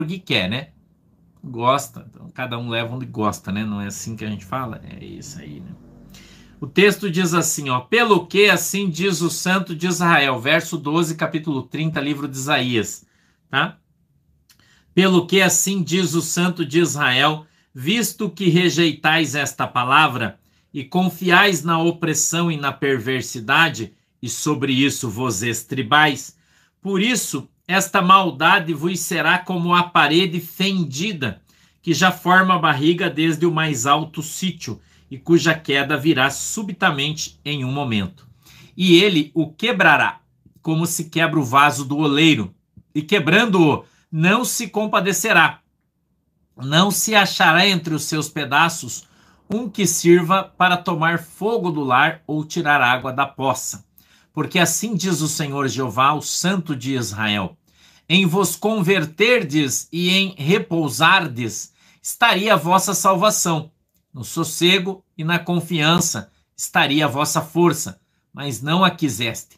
porque quer, né? Gosta, então cada um leva onde gosta, né? Não é assim que a gente fala? É isso aí, né? O texto diz assim, ó, pelo que assim diz o Santo de Israel, verso 12, capítulo 30, livro de Isaías, tá? Pelo que assim diz o Santo de Israel, visto que rejeitais esta palavra e confiais na opressão e na perversidade, e sobre isso vos estribais, por isso esta maldade vos será como a parede fendida, que já forma a barriga desde o mais alto sítio, e cuja queda virá subitamente em um momento. E ele o quebrará, como se quebra o vaso do oleiro, e quebrando-o, não se compadecerá, não se achará entre os seus pedaços um que sirva para tomar fogo do lar ou tirar água da poça. Porque assim diz o Senhor Jeová, o Santo de Israel: em vos converterdes e em repousardes, estaria a vossa salvação. No sossego e na confiança estaria a vossa força, mas não a quiseste.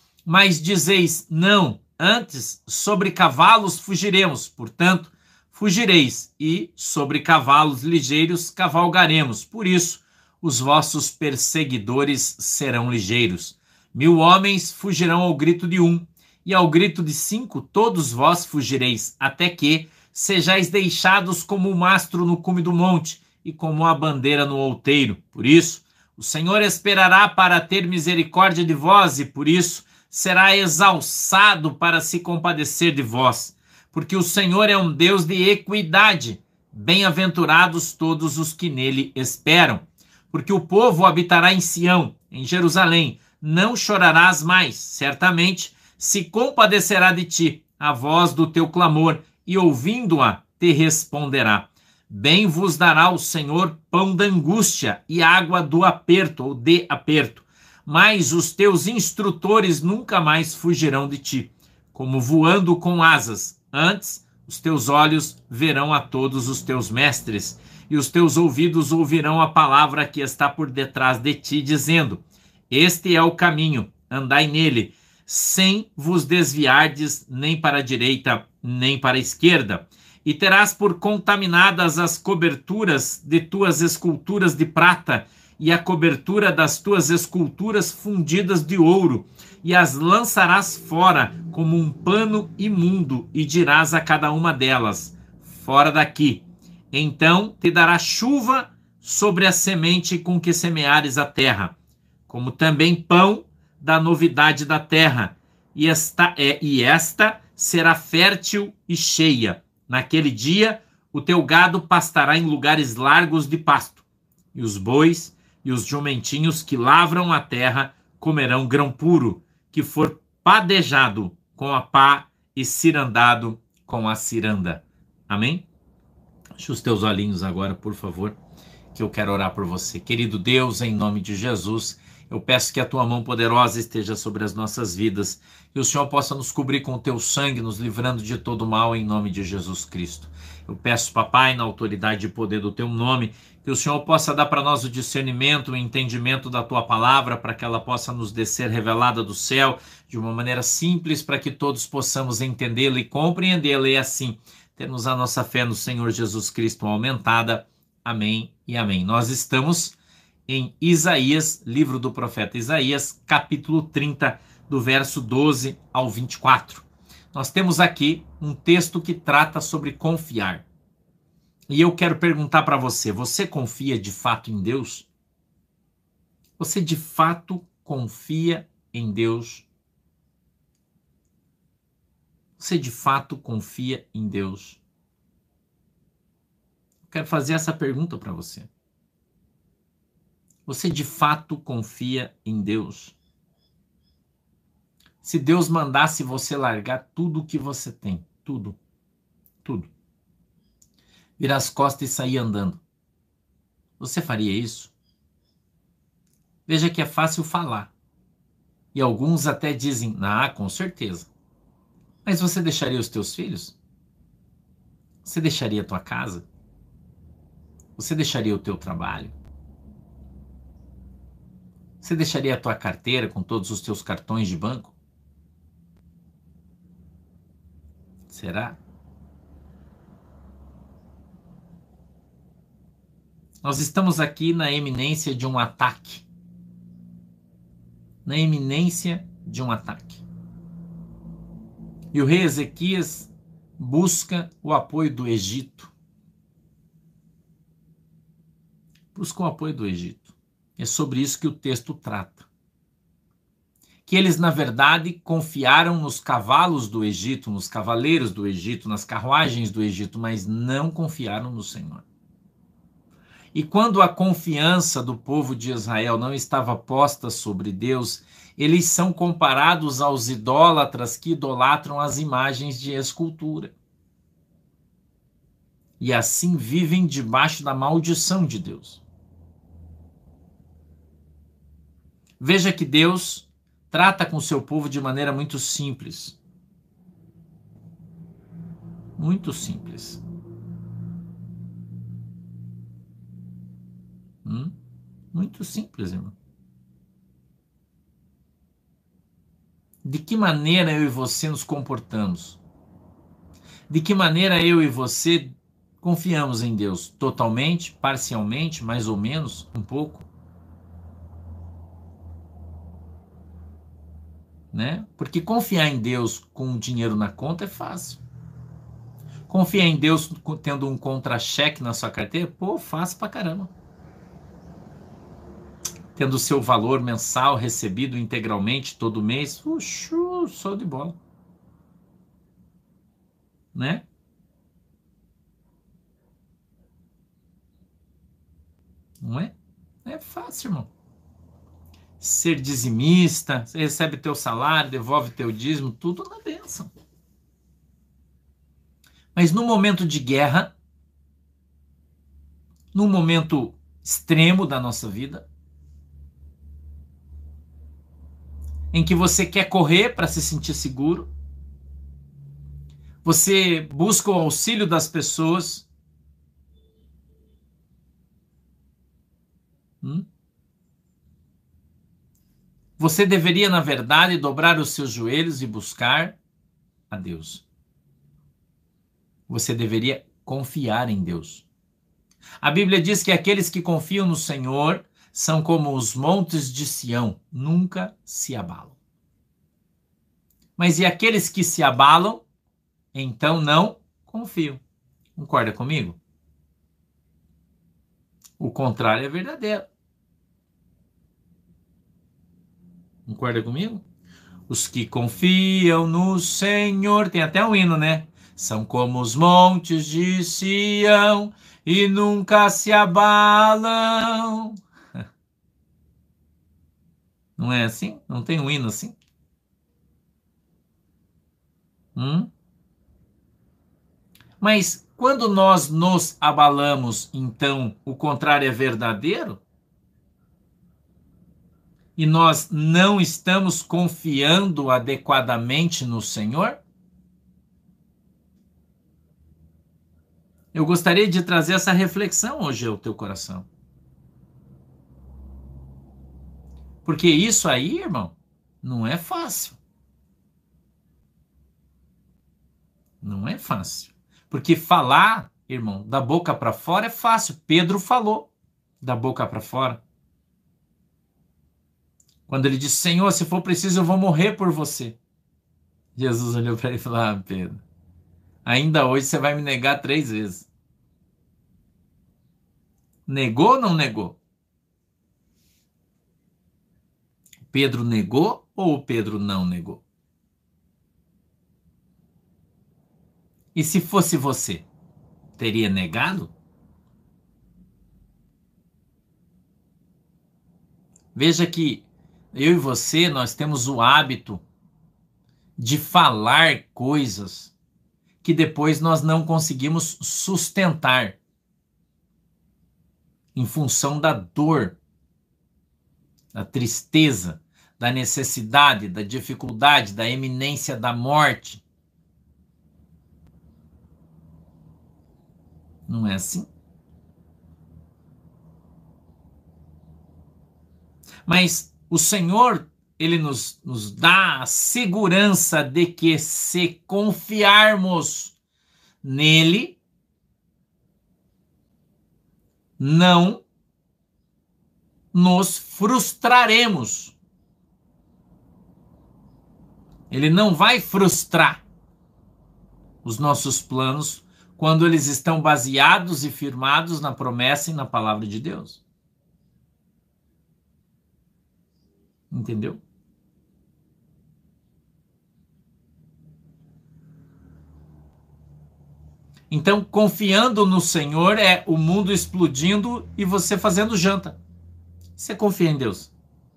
Mas dizeis, não, antes sobre cavalos fugiremos, portanto, fugireis, e sobre cavalos ligeiros cavalgaremos. Por isso, os vossos perseguidores serão ligeiros. 1000 homens fugirão ao grito de um, e ao grito de 5 todos vós fugireis, até que sejais deixados como o mastro no cume do monte, e como a bandeira no outeiro. Por isso, o Senhor esperará para ter misericórdia de vós, e por isso será exalçado para se compadecer de vós, porque o Senhor é um Deus de equidade. Bem-aventurados todos os que nele esperam. Porque o povo habitará em Sião, em Jerusalém, não chorarás mais, certamente se compadecerá de ti a voz do teu clamor, e ouvindo-a te responderá. Bem vos dará o Senhor pão da angústia e água do aperto, ou de aperto, mas os teus instrutores nunca mais fugirão de ti, como voando com asas. Antes, os teus olhos verão a todos os teus mestres, e os teus ouvidos ouvirão a palavra que está por detrás de ti, dizendo: este é o caminho, andai nele, sem vos desviardes nem para a direita, nem para a esquerda. E terás por contaminadas as coberturas de tuas esculturas de prata, e a cobertura das tuas esculturas fundidas de ouro, e as lançarás fora como um pano imundo, e dirás a cada uma delas: fora daqui. Então te dará chuva sobre a semente com que semeares a terra, como também pão da novidade da terra, e esta será fértil e cheia. Naquele dia o teu gado pastará em lugares largos de pasto, e os bois e os jumentinhos que lavram a terra comerão grão puro, que for padejado com a pá e cirandado com a ciranda. Amém? Feche os teus olhinhos agora, por favor, que eu quero orar por você. Querido Deus, em nome de Jesus, eu peço que a tua mão poderosa esteja sobre as nossas vidas, que o Senhor possa nos cobrir com o teu sangue, nos livrando de todo mal, em nome de Jesus Cristo. Eu peço, papai, na autoridade e poder do teu nome, que o Senhor possa dar para nós o discernimento, o entendimento da tua palavra, para que ela possa nos descer revelada do céu, de uma maneira simples, para que todos possamos entendê-la e compreendê-la, e assim termos a nossa fé no Senhor Jesus Cristo aumentada. Amém e amém. Nós estamos em Isaías, livro do profeta Isaías, capítulo 30, do verso 12 ao 24. Nós temos aqui um texto que trata sobre confiar. E eu quero perguntar para você: você confia de fato em Deus? Você de fato confia em Deus? Você de fato confia em Deus? Eu quero fazer essa pergunta para você. Você de fato confia em Deus? Se Deus mandasse você largar tudo o que você tem, tudo, virar as costas e sair andando, você faria isso? Veja que é fácil falar. E alguns até dizem: ah, com certeza. Mas você deixaria os teus filhos? Você deixaria a tua casa? Você deixaria o teu trabalho? Você deixaria a tua carteira com todos os teus cartões de banco? Será? Nós estamos aqui na eminência de um ataque. Na eminência de um ataque. E o rei Ezequias busca o apoio do Egito. Busca o apoio do Egito. É sobre isso que o texto trata. Que eles, na verdade, confiaram nos cavalos do Egito, nos cavaleiros do Egito, nas carruagens do Egito, mas não confiaram no Senhor. E quando a confiança do povo de Israel não estava posta sobre Deus, eles são comparados aos idólatras que idolatram as imagens de escultura. E assim vivem debaixo da maldição de Deus. Veja que Deus trata com o seu povo de maneira muito simples. Muito simples. Muito simples, irmão. De que maneira eu e você nos comportamos? De que maneira eu e você confiamos em Deus? Totalmente, parcialmente, mais ou menos, um pouco? Né? Porque confiar em Deus com o dinheiro na conta é fácil. Confiar em Deus tendo um contra-cheque na sua carteira, pô, fácil pra caramba. Tendo o seu valor mensal recebido integralmente todo mês, puxa, show de bola. Né? Não é? É fácil, irmão. Ser dizimista, você recebe teu salário, devolve teu dízimo, tudo na bênção. Mas no momento de guerra, num momento extremo da nossa vida, em que você quer correr para se sentir seguro, você busca o auxílio das pessoas, você deveria, na verdade, dobrar os seus joelhos e buscar a Deus. Você deveria confiar em Deus. A Bíblia diz que aqueles que confiam no Senhor são como os montes de Sião, nunca se abalam. Mas e aqueles que se abalam, então não confiam. Concorda comigo? O contrário é verdadeiro. Concorda comigo? Os que confiam no Senhor, tem até um hino, né? São como os montes de Sião e nunca se abalam. Não é assim? Não tem um hino assim? Mas quando nós nos abalamos, então o contrário é verdadeiro? E nós não estamos confiando adequadamente no Senhor? Eu gostaria de trazer essa reflexão hoje ao teu coração. Porque isso aí, irmão, não é fácil. Não é fácil. Porque falar, irmão, da boca para fora é fácil. Pedro falou da boca para fora. Quando ele disse, Senhor, se for preciso eu vou morrer por você. Jesus olhou para ele e falou, ah, Pedro, ainda hoje você vai me negar 3 vezes. Negou ou não negou? Pedro negou ou Pedro não negou? E se fosse você, teria negado? Veja que eu e você, nós temos o hábito de falar coisas que depois nós não conseguimos sustentar em função da dor, da tristeza, da necessidade, da dificuldade, da iminência da morte. Não é assim? Mas o Senhor, Ele nos dá a segurança de que se confiarmos nele, não nos frustraremos. Ele não vai frustrar os nossos planos quando eles estão baseados e firmados na promessa e na palavra de Deus. Entendeu? Então, confiando no Senhor é o mundo explodindo e você fazendo janta. Você confia em Deus.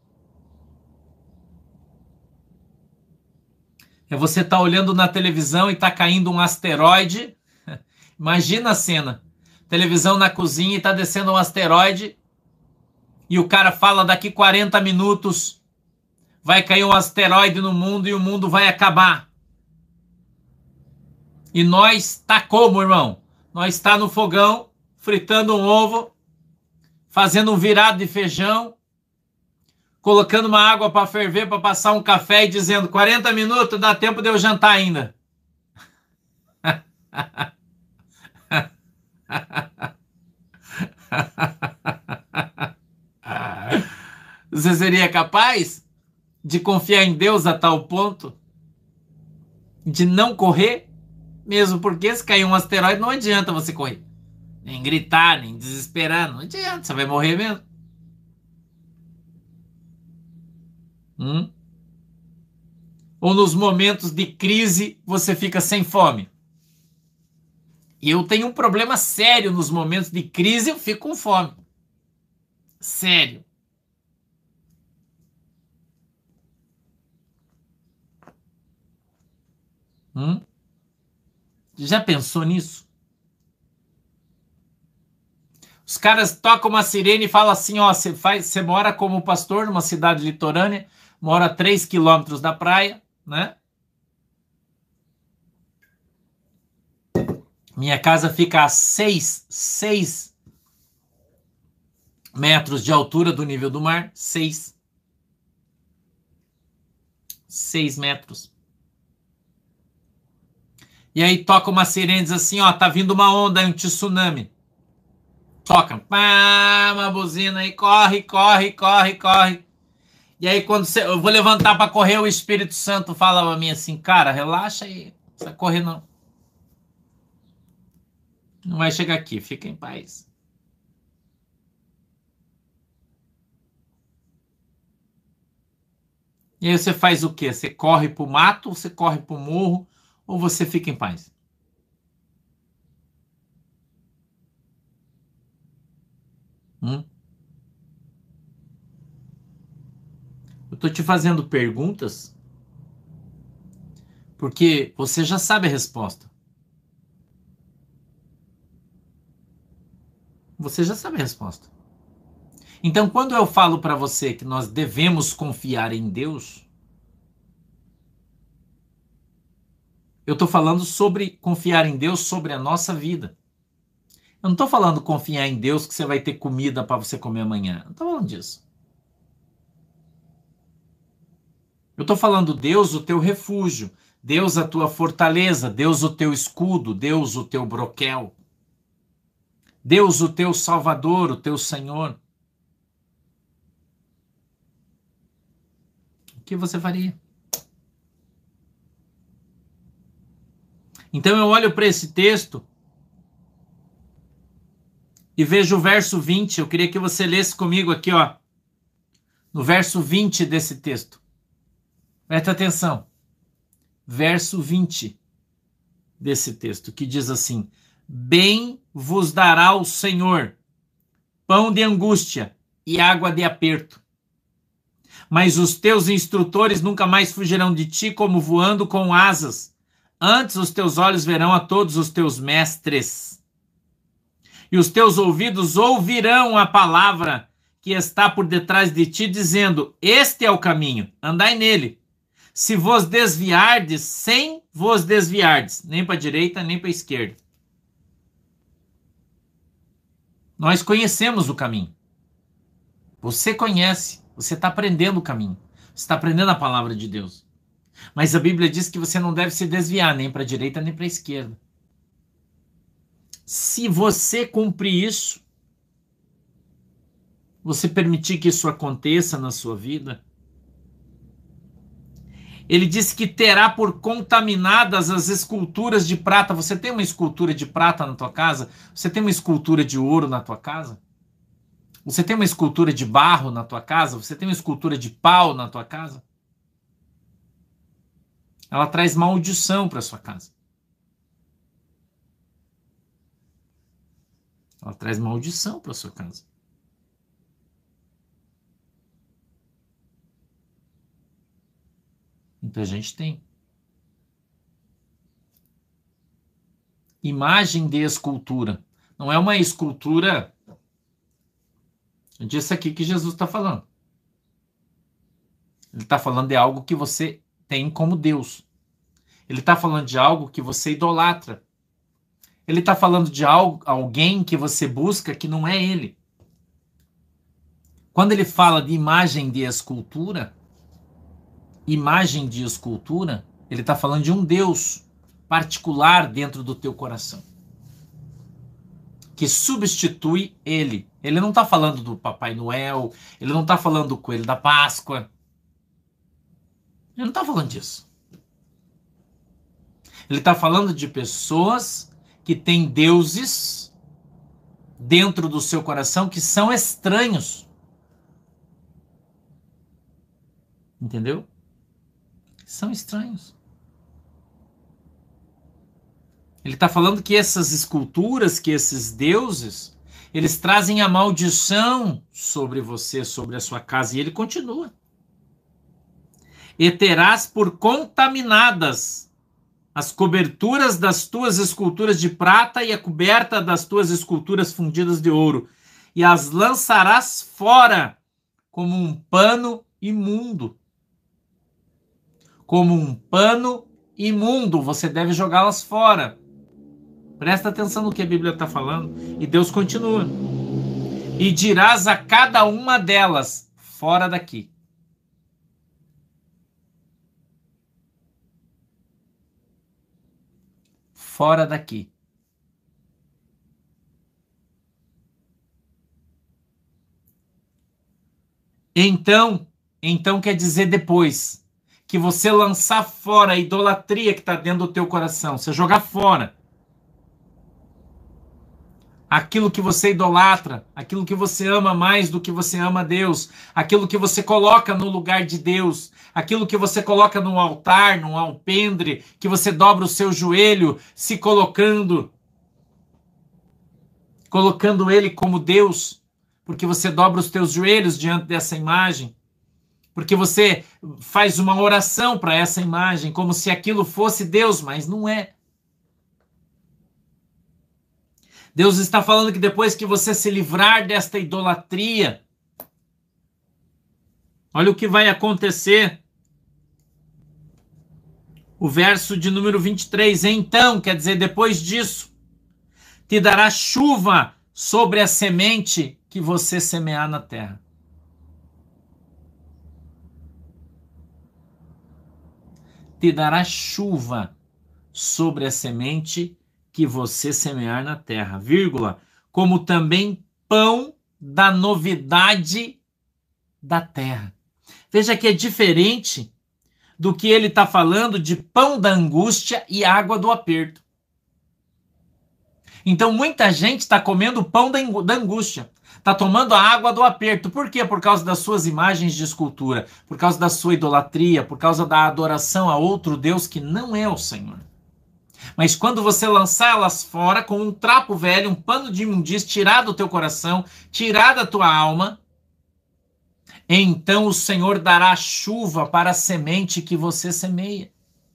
É você estar olhando na televisão e tá caindo um asteroide. Imagina a cena. Televisão na cozinha e tá descendo um asteroide. E o cara fala daqui 40 minutos vai cair um asteroide no mundo e o mundo vai acabar. E nós tá como, irmão? Nós tá no fogão, fritando um ovo, fazendo um virado de feijão, colocando uma água para ferver, para passar um café e dizendo 40 minutos, dá tempo de eu jantar ainda. Você seria capaz de confiar em Deus a tal ponto de não correr? Mesmo porque se cair um asteroide não adianta você correr. Nem gritar, nem desesperar, não adianta, você vai morrer mesmo. Ou nos momentos de crise você fica sem fome. E eu tenho um problema sério nos momentos de crise, eu fico com fome. Sério. Já pensou nisso? Os caras tocam uma sirene e falam assim, ó, você mora como pastor numa cidade litorânea, mora a 3 quilômetros da praia, né? Minha casa fica a 6 metros de altura do nível do mar. 6 metros. E aí toca uma sirene e diz assim, ó, tá vindo uma onda, um tsunami. Toca, pá, uma buzina aí, corre. E aí quando eu vou levantar para correr, o Espírito Santo fala pra mim assim, cara, relaxa aí, não precisa correr não. Não vai chegar aqui, fica em paz. E aí você faz o quê? Você corre pro mato, ou você corre pro morro, ou você fica em paz? Eu tô te fazendo perguntas porque você já sabe a resposta. Você já sabe a resposta. Então, quando eu falo para você que nós devemos confiar em Deus, eu estou falando sobre confiar em Deus sobre a nossa vida. Eu não estou falando confiar em Deus que você vai ter comida para você comer amanhã. Não estou falando disso. Eu estou falando Deus, o teu refúgio. Deus, a tua fortaleza. Deus, o teu escudo. Deus, o teu broquel. Deus, o teu Salvador, o teu Senhor. O que você faria? Então eu olho para esse texto e vejo o verso 20. Eu queria que você lesse comigo aqui, ó, no verso 20 desse texto. Presta atenção. Verso 20 desse texto, que diz assim: bem vos dará o Senhor pão de angústia e água de aperto. Mas os teus instrutores nunca mais fugirão de ti como voando com asas. Antes os teus olhos verão a todos os teus mestres. E os teus ouvidos ouvirão a palavra que está por detrás de ti, dizendo: este é o caminho, andai nele. Se vos desviardes, sem vos desviardes, nem para a direita, nem para a esquerda. Nós conhecemos o caminho. Você conhece, você está aprendendo o caminho. Você está aprendendo a palavra de Deus. Mas a Bíblia diz que você não deve se desviar nem para a direita nem para a esquerda. Se você cumprir isso, Você permitir que isso aconteça na sua vida? Ele disse que terá por contaminadas as esculturas de prata. Você tem uma escultura de prata na tua casa? Você tem uma escultura de ouro na tua casa? Você tem uma escultura de barro na tua casa? Você tem uma escultura de pau na tua casa? Ela traz maldição para sua casa. Ela traz maldição para sua casa. Muita gente tem. Imagem de escultura. Não é uma escultura disso aqui que Jesus está falando. Ele está falando de algo que você tem como Deus. Ele está falando de algo que você idolatra. Ele está falando de alguém que você busca que não é ele. Quando ele fala de imagem de escultura, ele está falando de um Deus particular dentro do teu coração, que substitui ele. Ele não está falando do Papai Noel, ele não está falando do Coelho da Páscoa. Ele não está falando disso. Ele está falando de pessoas que têm deuses dentro do seu coração que são estranhos. Entendeu? São estranhos. Ele está falando que essas esculturas, que esses deuses, eles trazem a maldição sobre você, sobre a sua casa. E ele continua. E terás por contaminadas as coberturas das tuas esculturas de prata e a coberta das tuas esculturas fundidas de ouro, e as lançarás fora como um pano imundo. Como um pano imundo, você deve jogá-las fora. Presta atenção no que a Bíblia está falando. E Deus continua. E dirás a cada uma delas, fora daqui. Fora daqui. Então quer dizer depois que você lançar fora a idolatria que está dentro do teu coração, você jogar fora aquilo que você idolatra, aquilo que você ama mais do que você ama Deus, aquilo que você coloca no lugar de Deus, aquilo que você coloca no altar, no alpendre, que você dobra o seu joelho, se colocando ele como Deus, porque você dobra os teus joelhos diante dessa imagem, porque você faz uma oração para essa imagem, como se aquilo fosse Deus, mas não é. Deus está falando que depois que você se livrar desta idolatria, olha o que vai acontecer. O verso de número 23. Então, quer dizer, depois disso, te dará chuva sobre a semente que você semear na terra. Te dará chuva sobre a semente que você semear na terra, vírgula, como também pão da novidade da terra. Veja que é diferente do que ele está falando de pão da angústia e água do aperto. Então muita gente está comendo o pão da angústia, está tomando a água do aperto. Por quê? Por causa das suas imagens de escultura, por causa da sua idolatria, por causa da adoração a outro Deus que não é o Senhor. Mas quando você lançar elas fora com um trapo velho, um pano de imundícia, tirar do teu coração, tirar da tua alma, então o Senhor dará chuva para a semente que você semeia.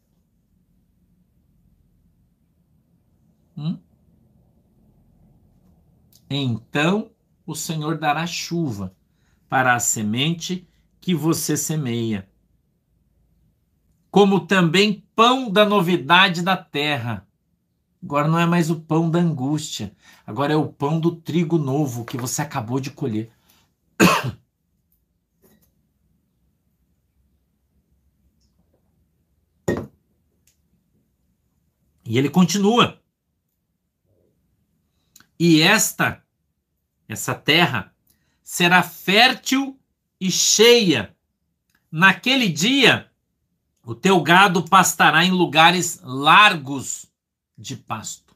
Então o Senhor dará chuva para a semente que você semeia, como também pão da novidade da terra. Agora não é mais o pão da angústia, agora é o pão do trigo novo que você acabou de colher. E ele continua. E essa terra será fértil e cheia. Naquele dia, o teu gado pastará em lugares largos de pasto.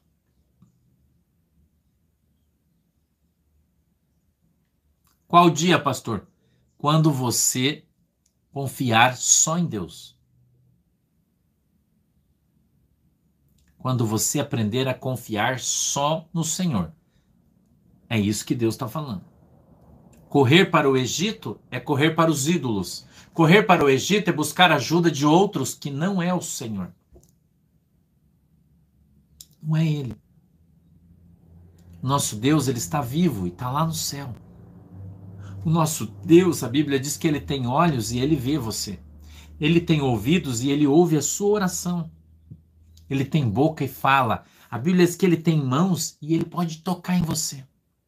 Qual dia, pastor? Quando você confiar só em Deus. Quando você aprender a confiar só no Senhor. É isso que Deus está falando. Correr para o Egito é correr para os ídolos. Correr para o Egito é buscar ajuda de outros que não é o Senhor. Não é Ele. Nosso Deus, Ele está vivo e está lá no céu. O nosso Deus, a Bíblia diz que Ele tem olhos e Ele vê você. Ele tem ouvidos e Ele ouve a sua oração. Ele tem boca e fala. A Bíblia diz que Ele tem mãos e Ele pode tocar em você.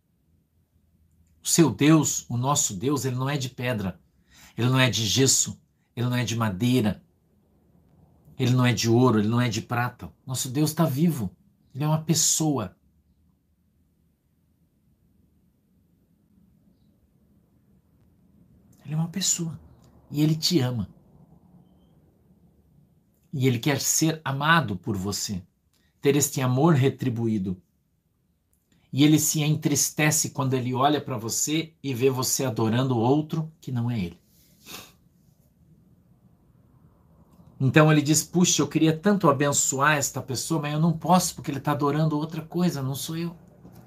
O seu Deus, o nosso Deus, Ele não é de pedra. Ele não é de gesso. Ele não é de madeira. Ele não é de ouro. Ele não é de prata. Nosso Deus está vivo. Ele é uma pessoa. Ele é uma pessoa. E Ele te ama. E Ele quer ser amado por você. Ter este amor retribuído. E Ele se entristece quando Ele olha para você e vê você adorando outro que não é Ele. Então Ele diz, puxa, eu queria tanto abençoar esta pessoa, mas eu não posso porque ele está adorando outra coisa, não sou eu.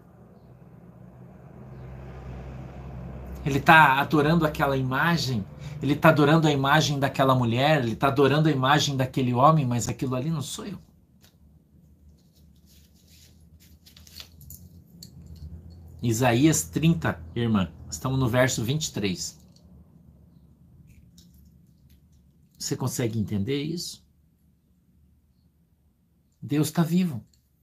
Ele está adorando aquela imagem, ele está adorando a imagem daquela mulher, ele está adorando a imagem daquele homem, mas aquilo ali não sou eu. Isaías 30, irmã, estamos no verso 23. Você consegue entender isso? Deus está vivo.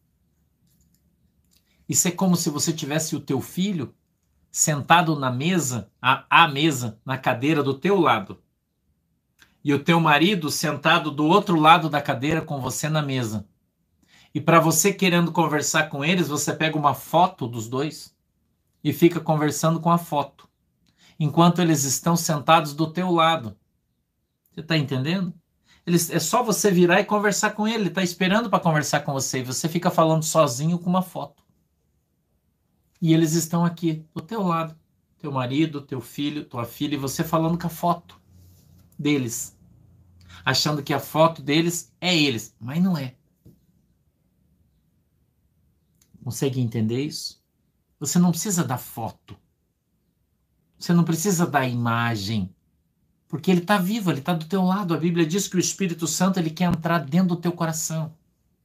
Isso é como se você tivesse o teu filho sentado na mesa, à mesa, na cadeira do teu lado. E o teu marido sentado do outro lado da cadeira com você na mesa. E para você querendo conversar com eles, você pega uma foto dos dois e fica conversando com a foto, enquanto eles estão sentados do teu lado. Você está entendendo? É só você virar e conversar com ele. Ele está esperando para conversar com você. E você fica falando sozinho com uma foto. E eles estão aqui, do teu lado. Teu marido, teu filho, tua filha. E você falando com a foto deles. Achando que a foto deles é eles. Mas não é. Consegue entender isso? Você não precisa da foto. Você não precisa da imagem. Porque ele está vivo, ele está do teu lado. A Bíblia diz que o Espírito Santo ele quer entrar dentro do teu coração.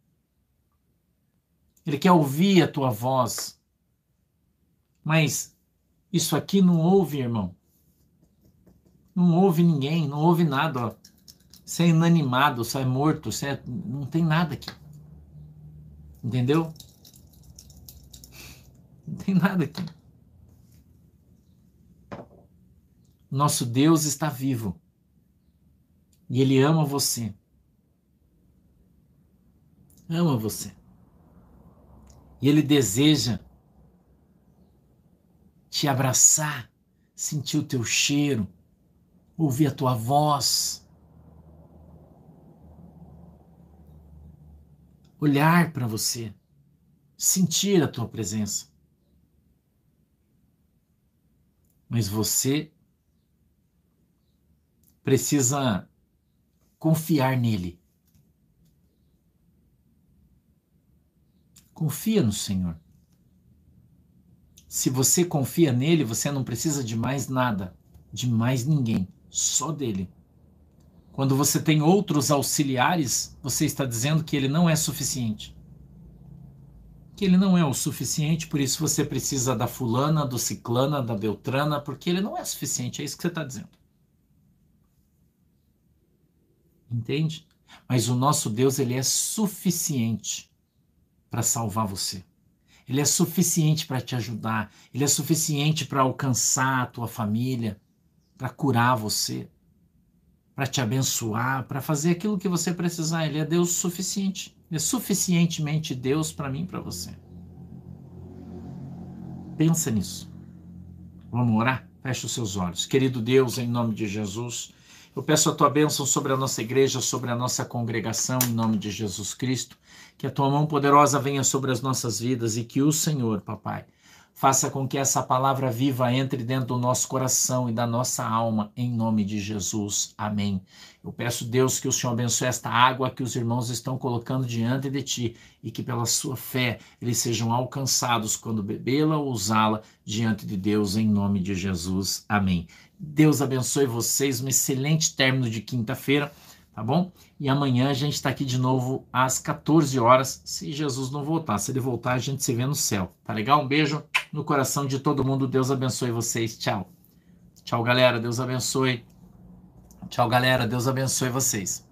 Ele quer ouvir a tua voz. Mas isso aqui não ouve, irmão. Não ouve ninguém, não ouve nada. Ó. Você é inanimado, você é morto, não tem nada aqui. Entendeu? Não tem nada aqui. Nosso Deus está vivo. E Ele ama você. Ama você. E Ele deseja te abraçar, sentir o teu cheiro, ouvir a tua voz, olhar para você, sentir a tua presença. Mas você precisa confiar nele. Confia no Senhor. Se você confia nele, você não precisa de mais nada, de mais ninguém, só dele. Quando você tem outros auxiliares, você está dizendo que ele não é suficiente. Que ele não é o suficiente, por isso você precisa da fulana, do ciclana, da beltrana, porque ele não é suficiente, é isso que você está dizendo. Entende? Mas o nosso Deus, ele é suficiente para salvar você. Ele é suficiente para te ajudar. Ele é suficiente para alcançar a tua família, para curar você, para te abençoar, para fazer aquilo que você precisar. Ele é Deus suficiente. Ele é suficientemente Deus para mim e para você. Pensa nisso. Vamos orar? Feche os seus olhos. Querido Deus, em nome de Jesus, eu peço a tua bênção sobre a nossa igreja, sobre a nossa congregação, em nome de Jesus Cristo. Que a tua mão poderosa venha sobre as nossas vidas e que o Senhor, papai, faça com que essa palavra viva entre dentro do nosso coração e da nossa alma, em nome de Jesus. Amém. Eu peço, Deus, que o Senhor abençoe esta água que os irmãos estão colocando diante de ti e que pela sua fé eles sejam alcançados quando bebê-la ou usá-la diante de Deus, em nome de Jesus. Amém. Deus abençoe vocês, um excelente término de quinta-feira, tá bom? E amanhã a gente está aqui de novo às 14 horas, se Jesus não voltar. Se ele voltar, a gente se vê no céu. Tá legal? Um beijo no coração de todo mundo. Deus abençoe vocês. Tchau. Tchau, galera. Deus abençoe. Tchau, galera. Deus abençoe vocês.